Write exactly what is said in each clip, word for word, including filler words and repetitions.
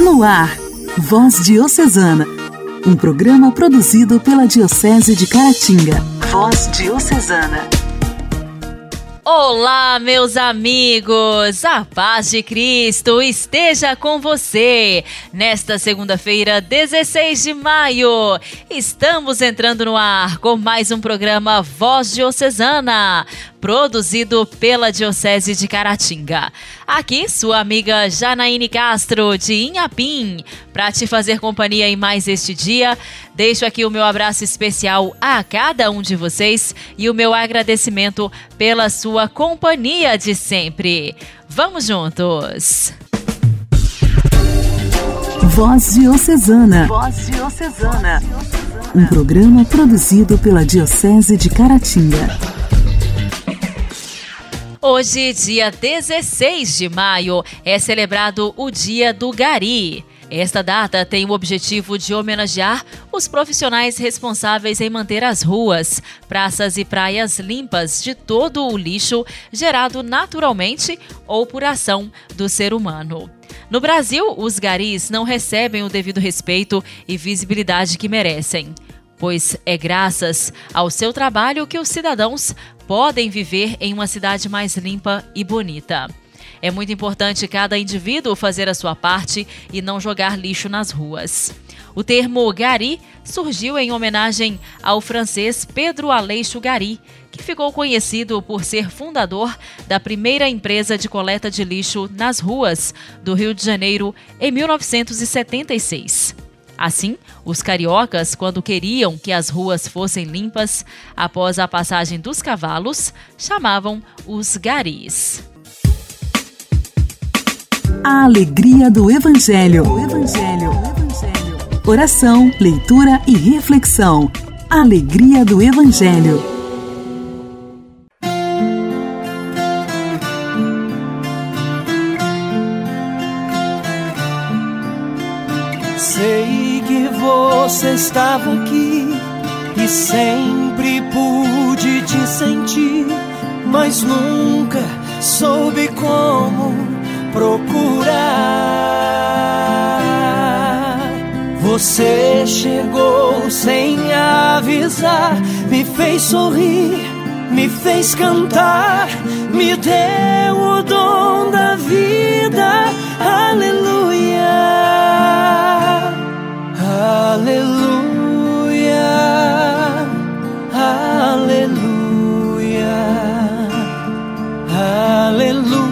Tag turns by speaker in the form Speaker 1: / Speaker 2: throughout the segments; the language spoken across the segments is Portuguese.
Speaker 1: No ar, Voz Diocesana, um programa produzido pela Diocese de Caratinga. Voz Diocesana.
Speaker 2: Olá, meus amigos! A paz de Cristo esteja com você! Nesta segunda-feira, dezesseis de maio, estamos entrando no ar com mais um programa Voz Diocesana, produzido pela Diocese de Caratinga. Aqui, sua amiga Janaíne Castro, de Inhapim, para te fazer companhia em mais este dia. Deixo aqui o meu abraço especial a cada um de vocês e o meu agradecimento pela sua companhia de sempre. Vamos juntos!
Speaker 1: Voz Diocesana. Voz Diocesana. Um programa produzido pela Diocese de Caratinga.
Speaker 2: Hoje, dia dezesseis de maio, é celebrado o Dia do Gari. Esta data tem o objetivo de homenagear os profissionais responsáveis em manter as ruas, praças e praias limpas de todo o lixo gerado naturalmente ou por ação do ser humano. No Brasil, os garis não recebem o devido respeito e visibilidade que merecem, pois é graças ao seu trabalho que os cidadãos podem viver em uma cidade mais limpa e bonita. É muito importante cada indivíduo fazer a sua parte e não jogar lixo nas ruas. O termo gari surgiu em homenagem ao francês Pedro Aleixo Gari, que ficou conhecido por ser fundador da primeira empresa de coleta de lixo nas ruas do Rio de Janeiro em mil novecentos e setenta e seis. Assim, os cariocas, quando queriam que as ruas fossem limpas, após a passagem dos cavalos, chamavam os garis.
Speaker 1: A alegria do Evangelho. O Evangelho. O Evangelho. Oração, leitura e reflexão. Alegria do Evangelho.
Speaker 3: Sei que você estava aqui e sempre pude te sentir, mas nunca soube como procurar. Você chegou sem avisar, me fez sorrir, me fez cantar, me deu o dom da vida. Aleluia, aleluia, aleluia, aleluia.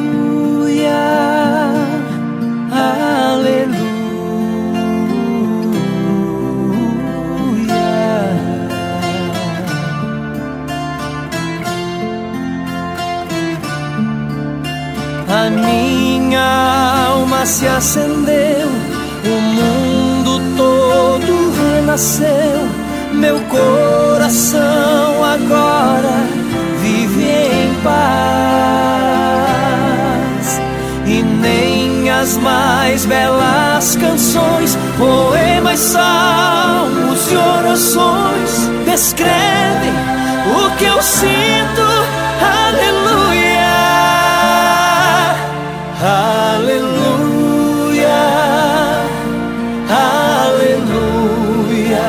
Speaker 3: A minha alma se acendeu, o mundo todo renasceu, meu coração agora vive em paz. E nem as mais belas canções, poemas, salmos e orações descrevem o que eu sinto. Aleluia, aleluia, aleluia,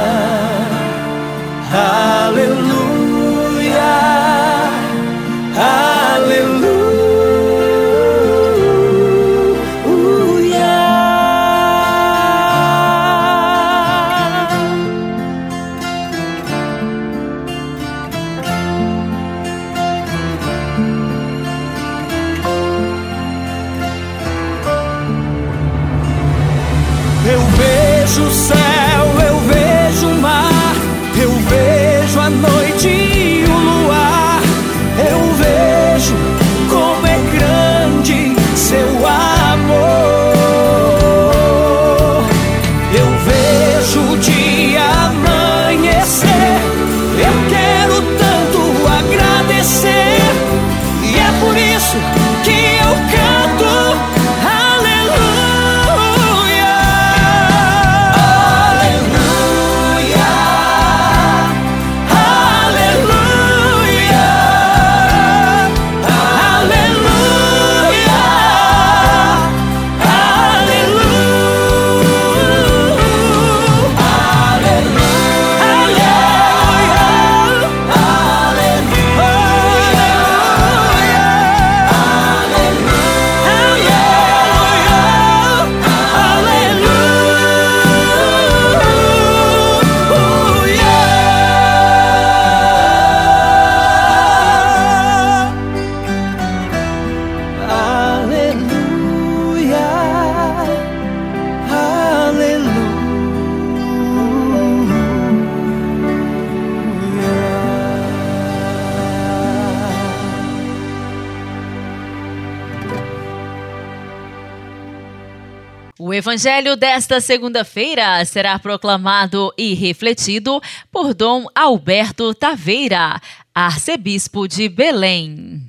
Speaker 3: aleluia, aleluia. Eu vejo o céu, eu vejo o mar, eu vejo a noite e o luar. Eu vejo como é grande seu amor. Eu vejo o dia amanhecer, eu quero tanto agradecer, e é por isso que eu canto. Aleluia, aleluia.
Speaker 2: O evangelho desta segunda-feira será proclamado e refletido por Dom Alberto Taveira, arcebispo de Belém.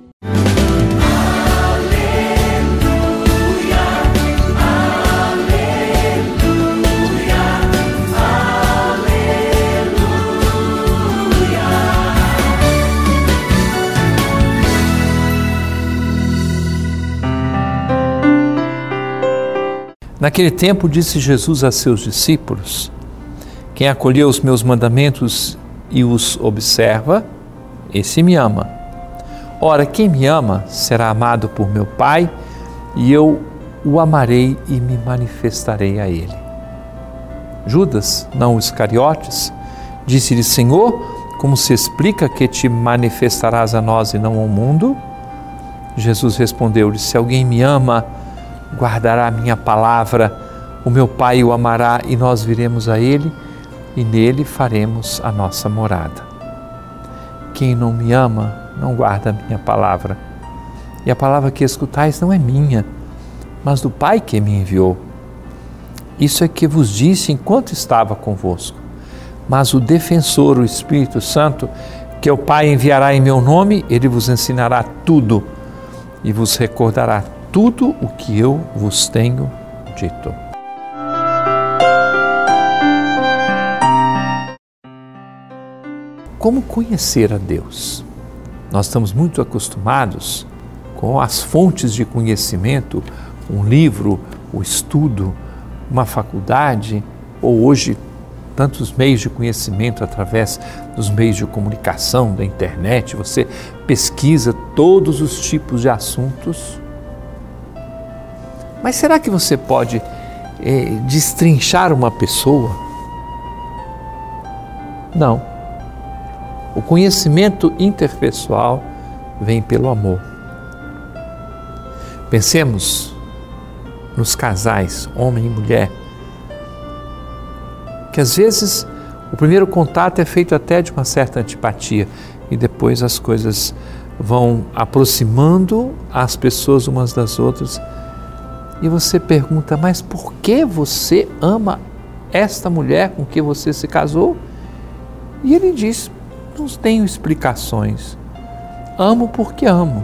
Speaker 4: Naquele tempo disse Jesus a seus discípulos: quem acolheu os meus mandamentos e os observa, esse me ama. Ora, quem me ama será amado por meu Pai, e eu o amarei e me manifestarei a ele. Judas, não Iscariotes, disse-lhe: Senhor, como se explica que te manifestarás a nós e não ao mundo? Jesus respondeu-lhe: se alguém me ama, guardará a minha palavra, o meu Pai o amará e nós viremos a ele e nele faremos a nossa morada. Quem não me ama não guarda a minha palavra, e a palavra que escutais não é minha, mas do Pai que me enviou. Isso é que vos disse enquanto estava convosco. Mas o defensor, o Espírito Santo, que o Pai enviará em meu nome, ele vos ensinará tudo e vos recordará tudo o que eu vos tenho dito. Como conhecer a Deus? Nós estamos muito acostumados com as fontes de conhecimento, um livro, o estudo, uma faculdade, ou hoje tantos meios de conhecimento através dos meios de comunicação, da internet, você pesquisa todos os tipos de assuntos. Mas será que você pode é, destrinchar uma pessoa? Não. O conhecimento interpessoal vem pelo amor. Pensemos nos casais, homem e mulher, que às vezes o primeiro contato é feito até de uma certa antipatia e depois as coisas vão aproximando as pessoas umas das outras. E você pergunta, mas por que você ama esta mulher com que você se casou? E ele diz, não tenho explicações. Amo porque amo.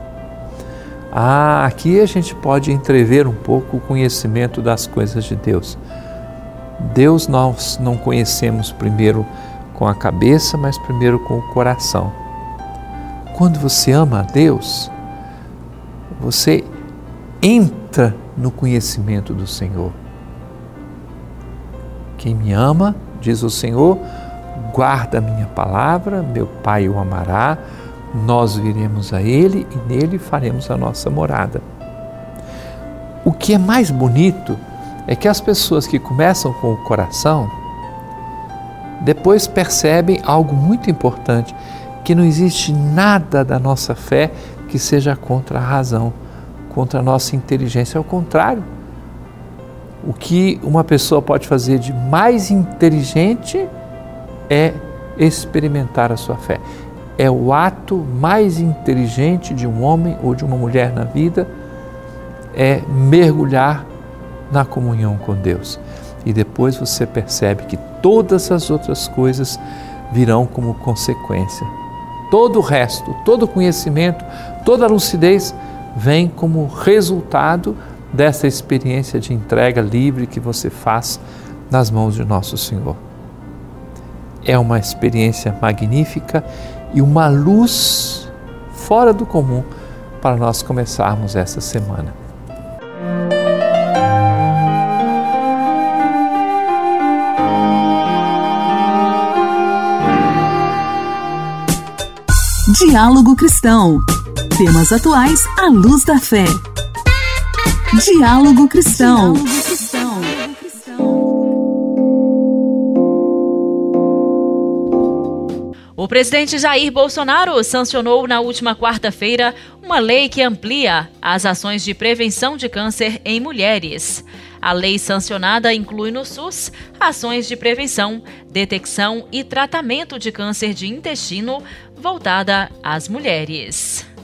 Speaker 4: Ah, aqui a gente pode entrever um pouco o conhecimento das coisas de Deus. Deus nós não conhecemos primeiro com a cabeça, mas primeiro com o coração. Quando você ama a Deus, você entra no conhecimento do Senhor. Quem me ama, diz o Senhor, guarda a minha palavra, meu Pai o amará, nós viremos a Ele e nele faremos a nossa morada. O que é mais bonito é que as pessoas que começam com o coração, depois percebem algo muito importante, que não existe nada da nossa fé que seja contra a razão, contra a nossa inteligência. Ao contrário, o que uma pessoa pode fazer de mais inteligente é experimentar a sua fé. É o ato mais inteligente de um homem ou de uma mulher na vida, é mergulhar na comunhão com Deus. E depois você percebe que todas as outras coisas virão como consequência. Todo o resto, todo o conhecimento, toda a lucidez vem como resultado dessa experiência de entrega livre que você faz nas mãos de nosso Senhor. É uma experiência magnífica e uma luz fora do comum para nós começarmos essa semana.
Speaker 1: Diálogo Cristão. Temas atuais à luz da fé. Diálogo Cristão.
Speaker 2: O presidente Jair Bolsonaro sancionou na última quarta-feira uma lei que amplia as ações de prevenção de câncer em mulheres. A lei sancionada inclui no SUS ações de prevenção, detecção e tratamento de câncer de intestino voltada às mulheres.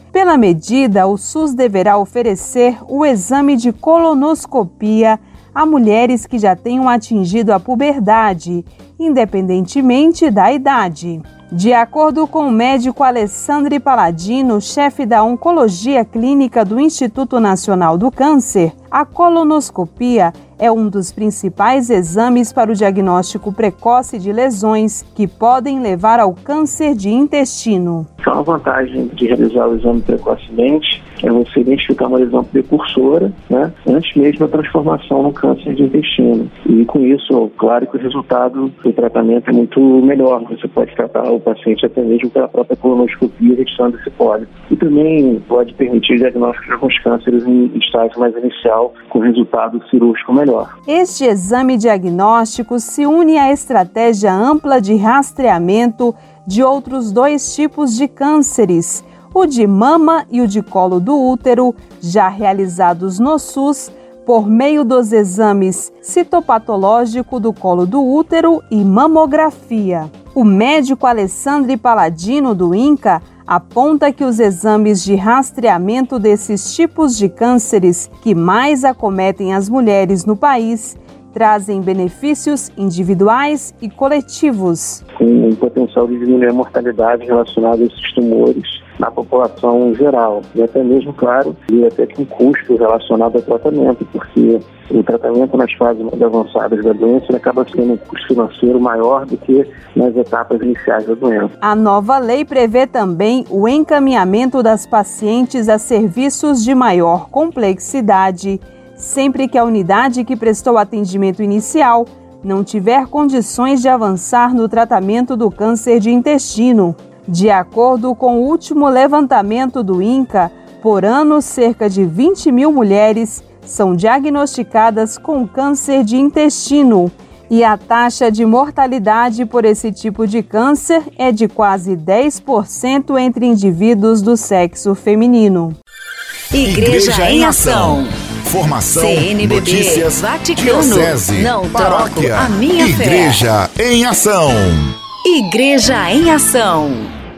Speaker 5: Pela medida, o SUS deverá oferecer o exame de colonoscopia a mulheres que já tenham atingido a puberdade, independentemente da idade. De acordo com o médico Alessandro Paladino, chefe da Oncologia Clínica do Instituto Nacional do Câncer, a colonoscopia é um dos principais exames para o diagnóstico precoce de lesões que podem levar ao câncer de intestino.
Speaker 6: Então, a vantagem de realizar o exame precocemente é você identificar uma lesão precursora, né, antes mesmo da transformação no câncer de intestino. E com isso, claro que o resultado do tratamento é muito melhor. Você pode tratar o paciente até mesmo pela própria colonoscopia, retirando esse pólipo. E também pode permitir o diagnóstico de alguns cânceres em estágio mais inicial, com resultado cirúrgico melhor.
Speaker 5: Este exame diagnóstico se une à estratégia ampla de rastreamento de outros dois tipos de cânceres, o de mama e o de colo do útero, já realizados no SUS por meio dos exames citopatológico do colo do útero e mamografia. O médico Alessandro Paladino, do INCA, aponta que os exames de rastreamento desses tipos de cânceres que mais acometem as mulheres no país trazem benefícios individuais e coletivos.
Speaker 6: Com o potencial de diminuir a mortalidade relacionada a esses tumores na população geral. E até mesmo, claro, e até que um custo relacionado ao tratamento, porque o tratamento nas fases mais avançadas da doença ele acaba sendo um custo financeiro maior do que nas etapas iniciais da doença.
Speaker 5: A nova lei prevê também o encaminhamento das pacientes a serviços de maior complexidade, sempre que a unidade que prestou atendimento inicial não tiver condições de avançar no tratamento do câncer de intestino. De acordo com o último levantamento do INCA, por ano, cerca de vinte mil mulheres são diagnosticadas com câncer de intestino e a taxa de mortalidade por esse tipo de câncer é de quase dez por cento entre indivíduos do sexo feminino.
Speaker 7: Igreja, Igreja em Ação. Formação, C N B B, notícias, Vaticano, diocese, não paróquia, troco a minha fé. Igreja em Ação. Igreja em Ação.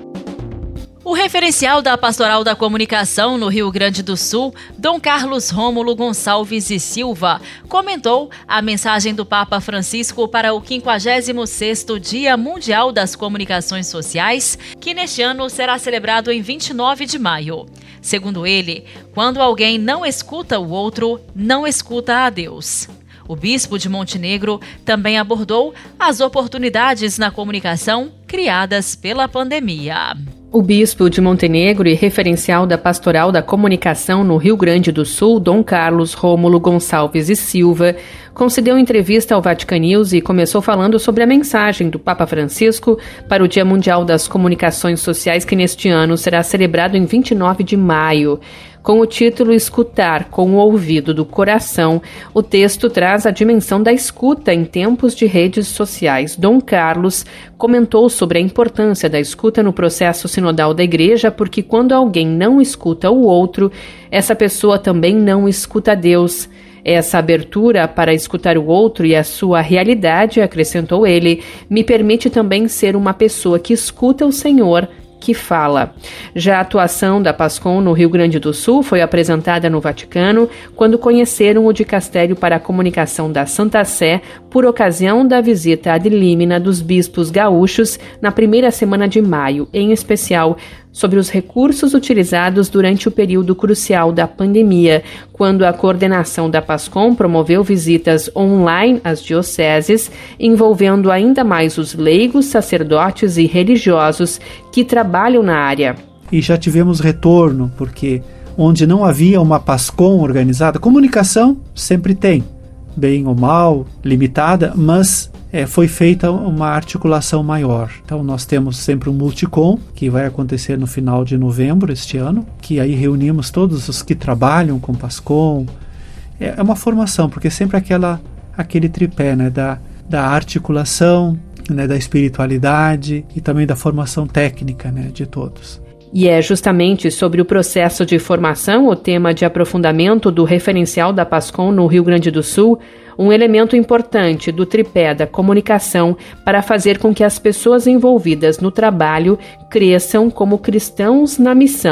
Speaker 2: O referencial da Pastoral da Comunicação no Rio Grande do Sul, Dom Carlos Rômulo Gonçalves e Silva, comentou a mensagem do Papa Francisco para o quinquagésimo sexto Dia Mundial das Comunicações Sociais, que neste ano será celebrado em vinte e nove de maio. Segundo ele, quando alguém não escuta o outro, não escuta a Deus. O bispo de Montenegro também abordou as oportunidades na comunicação criadas pela pandemia.
Speaker 8: O bispo de Montenegro e referencial da Pastoral da Comunicação no Rio Grande do Sul, Dom Carlos Rômulo Gonçalves e Silva, concedeu entrevista ao Vaticanews e começou falando sobre a mensagem do Papa Francisco para o Dia Mundial das Comunicações Sociais, que neste ano será celebrado em vinte e nove de maio. Com o título Escutar com o Ouvido do Coração, o texto traz a dimensão da escuta em tempos de redes sociais. Dom Carlos comentou sobre a importância da escuta no processo sinodal da Igreja, porque quando alguém não escuta o outro, essa pessoa também não escuta Deus. Essa abertura para escutar o outro e a sua realidade, acrescentou ele, me permite também ser uma pessoa que escuta o Senhor, que fala. Já a atuação da PASCOM no Rio Grande do Sul foi apresentada no Vaticano quando conheceram o Dicastério para a Comunicação da Santa Sé por ocasião da visita ad limina dos bispos gaúchos na primeira semana de maio, em especial sobre os recursos utilizados durante o período crucial da pandemia, quando a coordenação da PASCOM promoveu visitas online às dioceses, envolvendo ainda mais os leigos, sacerdotes e religiosos que trabalham na área.
Speaker 9: E já tivemos retorno, porque onde não havia uma PASCOM organizada, comunicação sempre tem, bem ou mal, limitada, mas É, foi feita uma articulação maior. Então nós temos sempre um Multicom, que vai acontecer no final de novembro este ano, que aí reunimos todos os que trabalham com PASCOM. É, é uma formação, porque sempre aquela, aquele tripé, né, da, da articulação, né, da espiritualidade e também da formação técnica, né, de todos.
Speaker 8: E é justamente sobre o processo de formação, o tema de aprofundamento do referencial da PASCOM no Rio Grande do Sul, um elemento importante do tripé da comunicação para fazer com que as pessoas envolvidas no trabalho cresçam como cristãos na missão.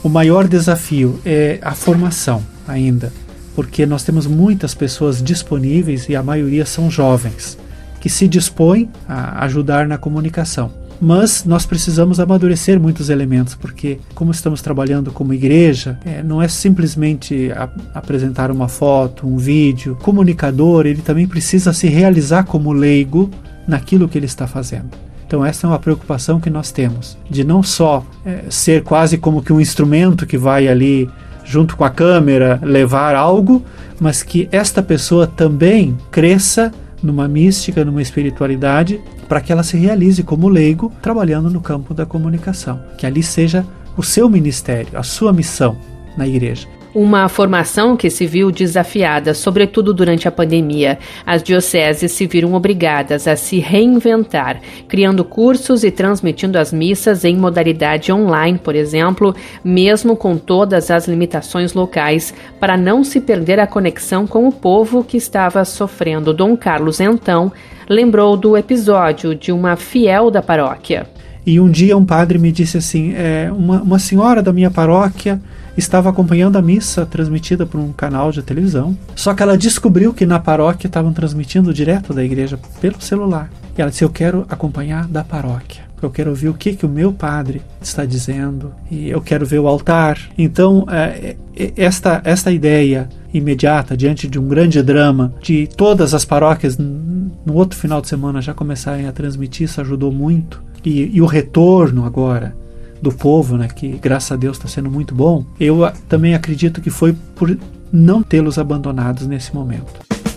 Speaker 9: o maior desafio é a formação ainda, porque nós temos muitas pessoas disponíveis e a maioria são jovens, que se dispõem a ajudar na comunicação. Mas nós precisamos amadurecer muitos elementos, porque como estamos trabalhando como igreja, é, não é simplesmente a, apresentar uma foto, um vídeo. O comunicador, ele também precisa se realizar como leigo naquilo que ele está fazendo. Então essa é uma preocupação que nós temos, de não só é, ser quase como que um instrumento que vai ali junto com a câmera levar algo, mas que esta pessoa também cresça numa mística, numa espiritualidade, para que ela se realize como leigo, trabalhando no campo da comunicação. Que ali seja o seu ministério, a sua missão na igreja.
Speaker 8: Uma formação que se viu desafiada, sobretudo durante a pandemia. As dioceses se viram obrigadas a se reinventar, criando cursos e transmitindo as missas em modalidade online, por exemplo, mesmo com todas as limitações locais, para não se perder a conexão com o povo que estava sofrendo. Dom Carlos, então, lembrou do episódio de uma fiel da paróquia.
Speaker 9: E um dia um padre me disse assim, é, uma, uma senhora da minha paróquia estava acompanhando a missa transmitida por um canal de televisão, só que ela descobriu que na paróquia estavam transmitindo direto da igreja pelo celular. E ela disse, eu quero acompanhar da paróquia, eu quero ouvir o que, que o meu padre está dizendo, e eu quero ver o altar. Então, é, esta, esta ideia imediata, diante de um grande drama, de todas as paróquias no outro final de semana já começarem a transmitir, isso ajudou muito. E, e o retorno agora do povo, né, que graças a Deus está sendo muito bom, eu a, também acredito que foi por não tê-los abandonados nesse momento.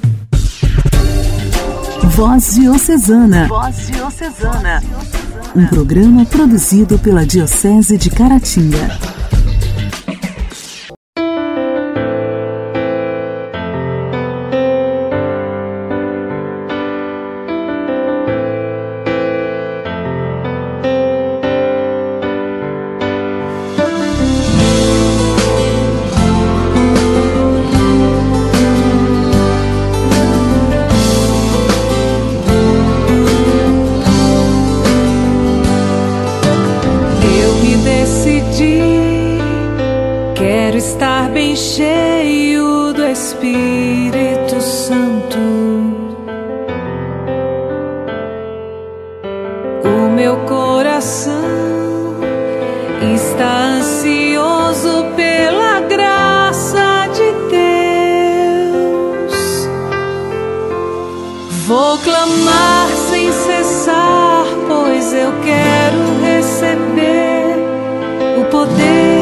Speaker 1: Voz Diocesana. Voz Diocesana. Um programa produzido pela Diocese de Caratinga.
Speaker 3: Estar bem cheio do Espírito Santo. O meu coração está ansioso pela graça de Deus. Vou clamar sem cessar, pois eu quero receber o poder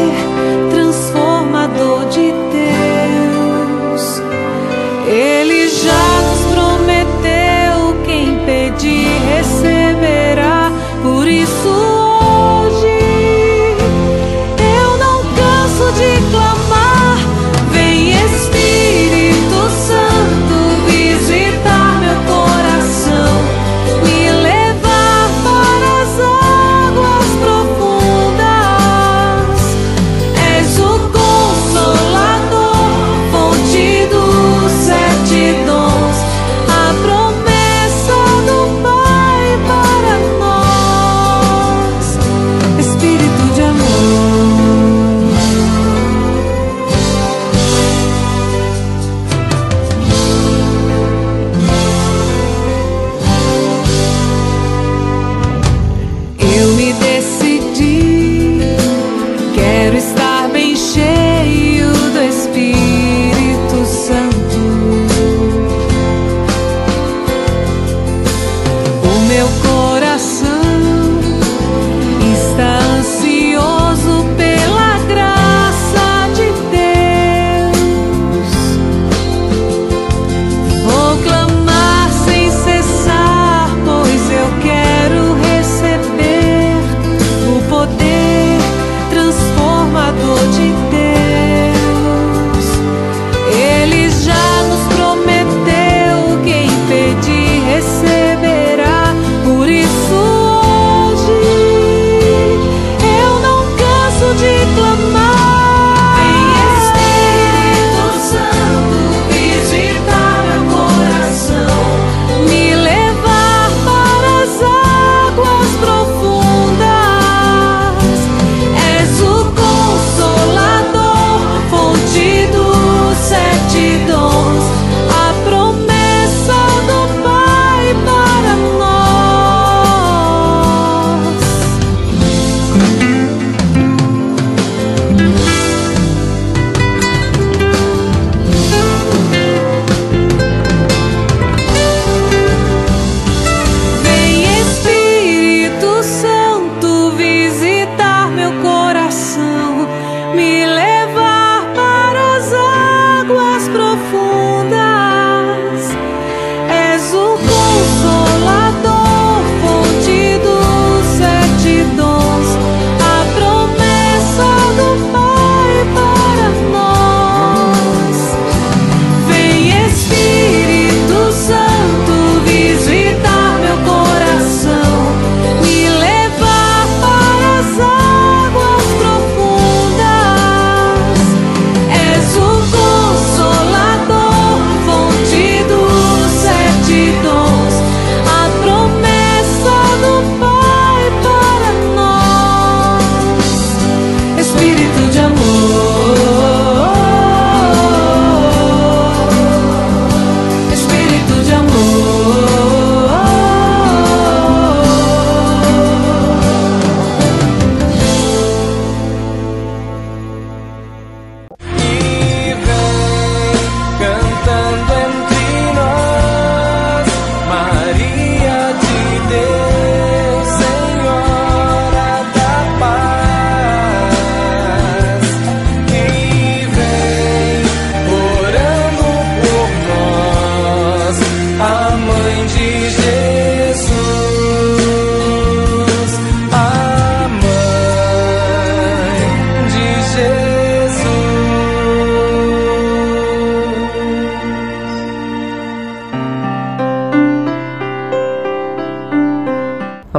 Speaker 3: de Deus. Ele já nos prometeu, quem pedir receberá. Por isso hoje eu não canso de clamar, vem Espírito Santo visitar meu coração, me levar para as águas profundas,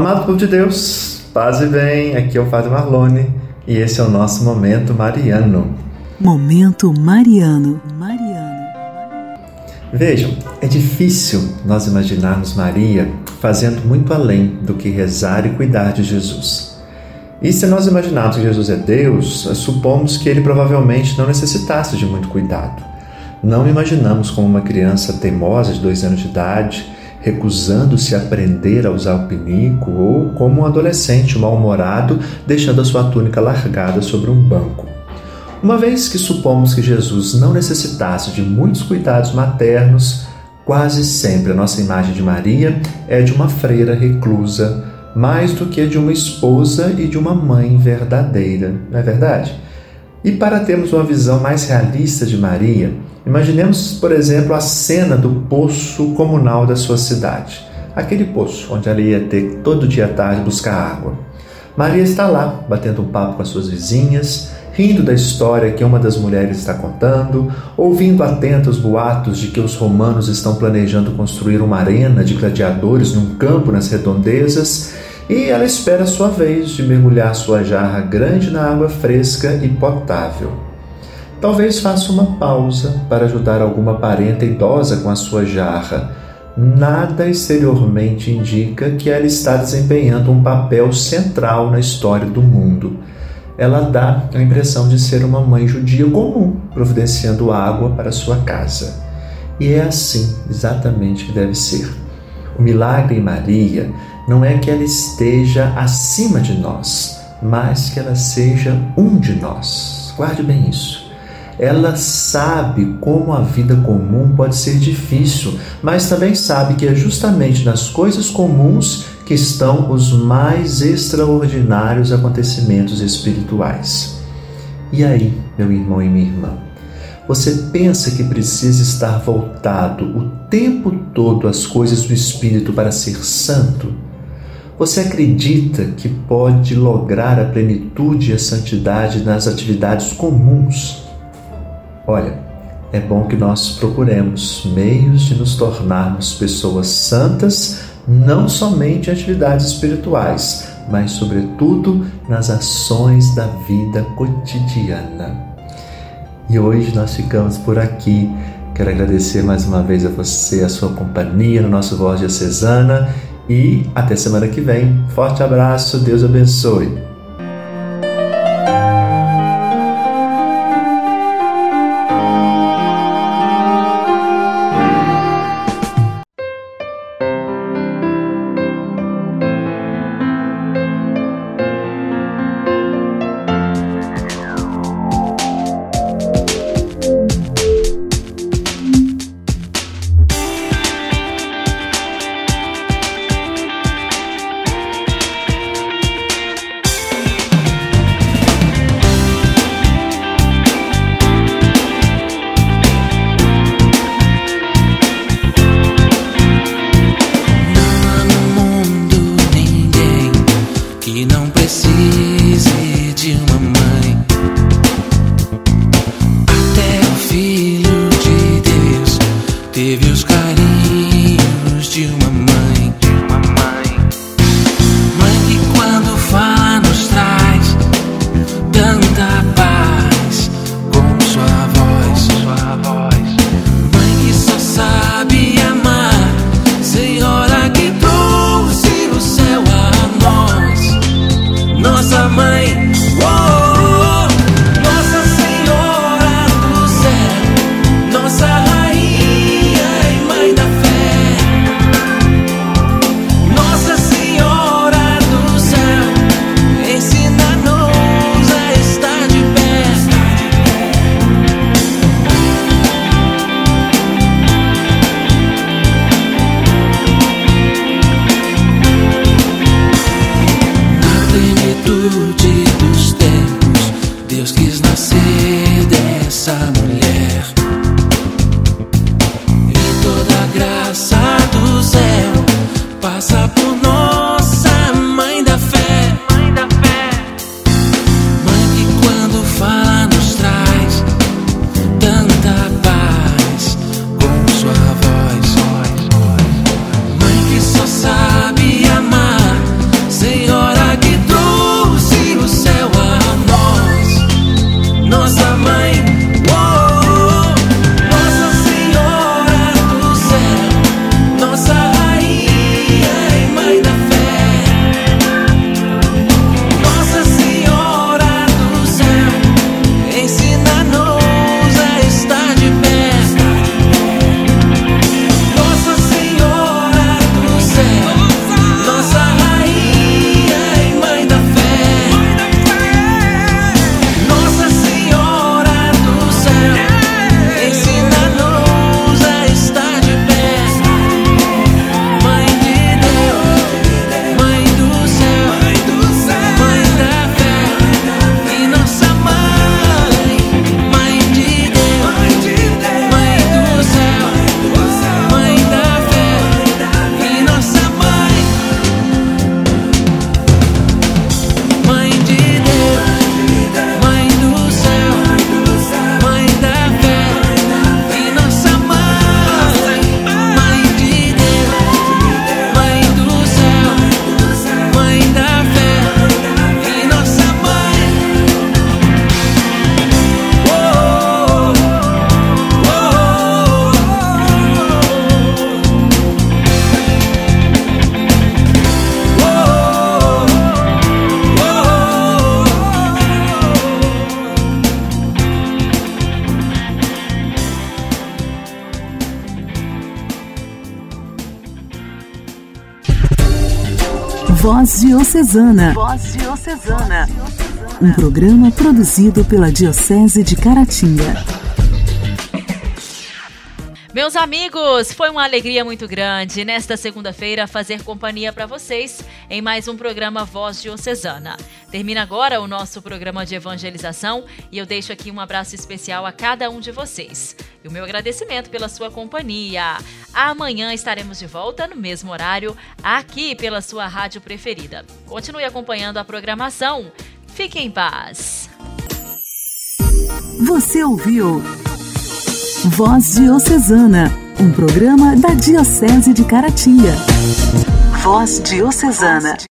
Speaker 10: Amado povo de Deus, paz e bem, aqui é o Padre Marlone e esse é o nosso Momento Mariano.
Speaker 1: Momento Mariano. Mariano.
Speaker 10: Vejam, é difícil nós imaginarmos Maria fazendo muito além do que rezar e cuidar de Jesus. E se nós imaginarmos que Jesus é Deus, supomos que ele provavelmente não necessitasse de muito cuidado. Não imaginamos como uma criança teimosa de dois anos de idade, recusando-se a aprender a usar o pinico, ou como um adolescente mal-humorado deixando a sua túnica largada sobre um banco. Uma vez que supomos que Jesus não necessitasse de muitos cuidados maternos, quase sempre a nossa imagem de Maria é de uma freira reclusa, mais do que de uma esposa e de uma mãe verdadeira, não é verdade? E para termos uma visão mais realista de Maria, imaginemos, por exemplo, a cena do poço comunal da sua cidade. Aquele poço onde ela ia ter todo dia à tarde buscar água. Maria está lá, batendo um papo com as suas vizinhas, rindo da história que uma das mulheres está contando, ouvindo atenta os boatos de que os romanos estão planejando construir uma arena de gladiadores num campo nas redondezas, e ela espera a sua vez de mergulhar sua jarra grande na água fresca e potável. Talvez faça uma pausa para ajudar alguma parenta idosa com a sua jarra. Nada exteriormente indica que ela está desempenhando um papel central na história do mundo. Ela dá a impressão de ser uma mãe judia comum, providenciando água para sua casa. E é assim exatamente que deve ser. O milagre em Maria não é que ela esteja acima de nós, mas que ela seja um de nós. Guarde bem isso. Ela sabe como a vida comum pode ser difícil, mas também sabe que é justamente nas coisas comuns que estão os mais extraordinários acontecimentos espirituais. E aí, meu irmão e minha irmã, você pensa que precisa estar voltado o tempo todo às coisas do Espírito para ser santo? Você acredita que pode lograr a plenitude e a santidade nas atividades comuns? Olha, é bom que nós procuremos meios de nos tornarmos pessoas santas, não somente em atividades espirituais, mas sobretudo nas ações da vida cotidiana. E hoje nós ficamos por aqui. Quero agradecer mais uma vez a você, a sua companhia no nosso Voz Diocesana e até semana que vem. Forte abraço, Deus abençoe.
Speaker 1: Voz Diocesana.
Speaker 11: Voz Diocesana.
Speaker 1: Um programa produzido pela Diocese de Caratinga.
Speaker 2: Meus amigos, foi uma alegria muito grande nesta segunda-feira fazer companhia para vocês em mais um programa Voz Diocesana. Termina agora o nosso programa de evangelização e eu deixo aqui um abraço especial a cada um de vocês. E o meu agradecimento pela sua companhia. Amanhã estaremos de volta no mesmo horário, aqui pela sua rádio preferida. Continue acompanhando a programação. Fique em paz.
Speaker 1: Você ouviu Voz Diocesana, um programa da Diocese de Caratinga. Voz Diocesana.